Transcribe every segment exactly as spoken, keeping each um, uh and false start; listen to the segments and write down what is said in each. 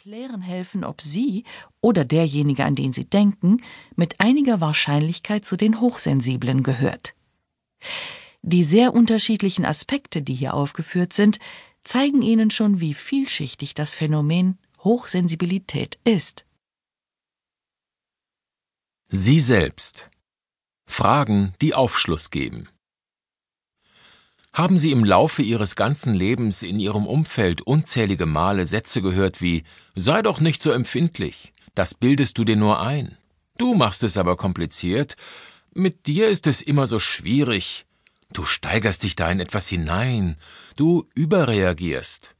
erklären helfen, ob Sie oder derjenige, an den Sie denken, mit einiger Wahrscheinlichkeit zu den Hochsensiblen gehört. Die sehr unterschiedlichen Aspekte, die hier aufgeführt sind, zeigen Ihnen schon, wie vielschichtig das Phänomen Hochsensibilität ist. Sie selbst. Fragen, die Aufschluss geben. Haben Sie im Laufe Ihres ganzen Lebens in Ihrem Umfeld unzählige Male Sätze gehört wie »Sei doch nicht so empfindlich, das bildest du dir nur ein. Du machst es aber kompliziert. Mit dir ist es immer so schwierig. Du steigerst dich da in etwas hinein. Du überreagierst.«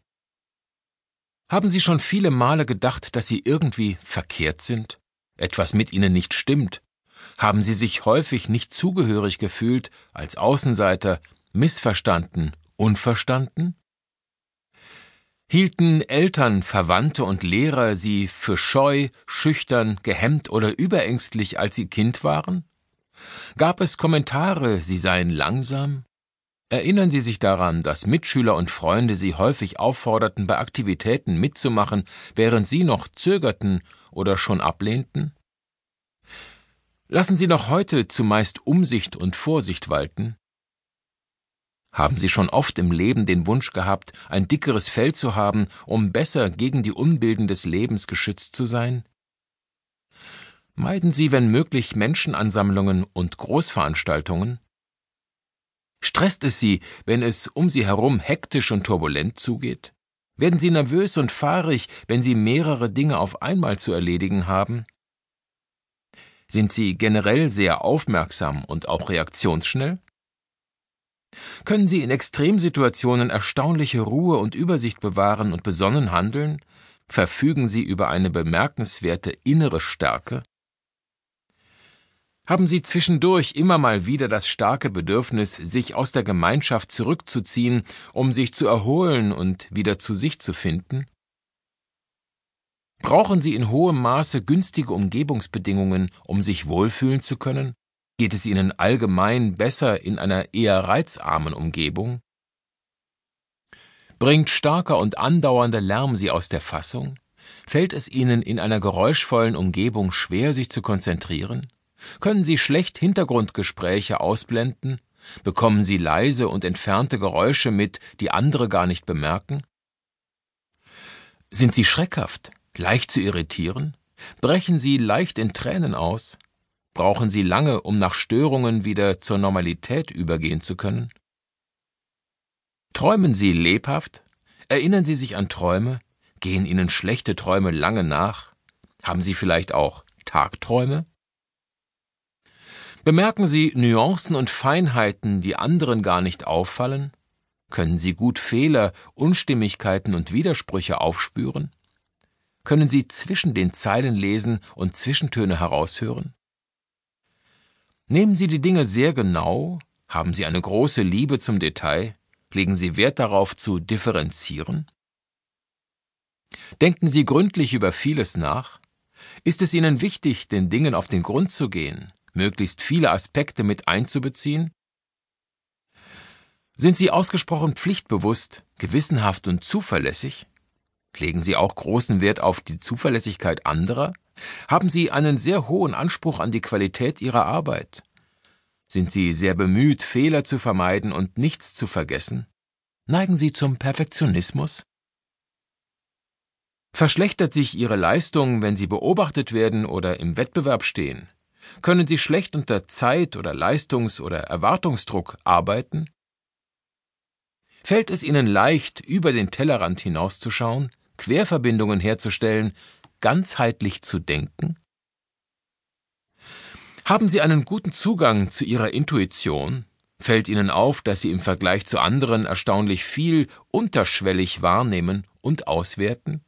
Haben Sie schon viele Male gedacht, dass Sie irgendwie verkehrt sind? Etwas mit Ihnen nicht stimmt? Haben Sie sich häufig nicht zugehörig gefühlt, als Außenseiter, missverstanden, unverstanden? Hielten Eltern, Verwandte und Lehrer Sie für scheu, schüchtern, gehemmt oder überängstlich, als Sie Kind waren? Gab es Kommentare, Sie seien langsam? Erinnern Sie sich daran, dass Mitschüler und Freunde Sie häufig aufforderten, bei Aktivitäten mitzumachen, während Sie noch zögerten oder schon ablehnten? Lassen Sie noch heute zumeist Umsicht und Vorsicht walten? Haben Sie schon oft im Leben den Wunsch gehabt, ein dickeres Fell zu haben, um besser gegen die Unbilden des Lebens geschützt zu sein? Meiden Sie, wenn möglich, Menschenansammlungen und Großveranstaltungen? Stresst es Sie, wenn es um Sie herum hektisch und turbulent zugeht? Werden Sie nervös und fahrig, wenn Sie mehrere Dinge auf einmal zu erledigen haben? Sind Sie generell sehr aufmerksam und auch reaktionsschnell? Können Sie in Extremsituationen erstaunliche Ruhe und Übersicht bewahren und besonnen handeln? Verfügen Sie über eine bemerkenswerte innere Stärke? Haben Sie zwischendurch immer mal wieder das starke Bedürfnis, sich aus der Gemeinschaft zurückzuziehen, um sich zu erholen und wieder zu sich zu finden? Brauchen Sie in hohem Maße günstige Umgebungsbedingungen, um sich wohlfühlen zu können? Geht es Ihnen allgemein besser in einer eher reizarmen Umgebung? Bringt starker und andauernder Lärm Sie aus der Fassung? Fällt es Ihnen in einer geräuschvollen Umgebung schwer, sich zu konzentrieren? Können Sie schlecht Hintergrundgespräche ausblenden? Bekommen Sie leise und entfernte Geräusche mit, die andere gar nicht bemerken? Sind Sie schreckhaft, leicht zu irritieren? Brechen Sie leicht in Tränen aus? Brauchen Sie lange, um nach Störungen wieder zur Normalität übergehen zu können? Träumen Sie lebhaft? Erinnern Sie sich an Träume? Gehen Ihnen schlechte Träume lange nach? Haben Sie vielleicht auch Tagträume? Bemerken Sie Nuancen und Feinheiten, die anderen gar nicht auffallen? Können Sie gut Fehler, Unstimmigkeiten und Widersprüche aufspüren? Können Sie zwischen den Zeilen lesen und Zwischentöne heraushören? Nehmen Sie die Dinge sehr genau? Haben Sie eine große Liebe zum Detail? Legen Sie Wert darauf, zu differenzieren? Denken Sie gründlich über vieles nach? Ist es Ihnen wichtig, den Dingen auf den Grund zu gehen, möglichst viele Aspekte mit einzubeziehen? Sind Sie ausgesprochen pflichtbewusst, gewissenhaft und zuverlässig? Legen Sie auch großen Wert auf die Zuverlässigkeit anderer? Haben Sie einen sehr hohen Anspruch an die Qualität Ihrer Arbeit? Sind Sie sehr bemüht, Fehler zu vermeiden und nichts zu vergessen? Neigen Sie zum Perfektionismus? Verschlechtert sich Ihre Leistung, wenn Sie beobachtet werden oder im Wettbewerb stehen? Können Sie schlecht unter Zeit- oder Leistungs- oder Erwartungsdruck arbeiten? Fällt es Ihnen leicht, über den Tellerrand hinauszuschauen, Querverbindungen herzustellen, ganzheitlich zu denken? Haben Sie einen guten Zugang zu Ihrer Intuition? Fällt Ihnen auf, dass Sie im Vergleich zu anderen erstaunlich viel unterschwellig wahrnehmen und auswerten?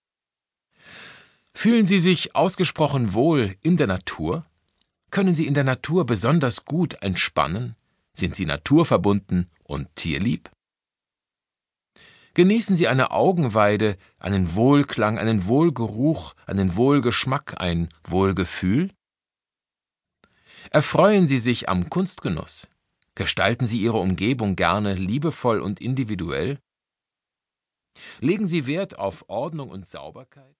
Fühlen Sie sich ausgesprochen wohl in der Natur? Können Sie in der Natur besonders gut entspannen? Sind Sie naturverbunden und tierlieb? Genießen Sie eine Augenweide, einen Wohlklang, einen Wohlgeruch, einen Wohlgeschmack, ein Wohlgefühl? Erfreuen Sie sich am Kunstgenuss? Gestalten Sie Ihre Umgebung gerne liebevoll und individuell? Legen Sie Wert auf Ordnung und Sauberkeit?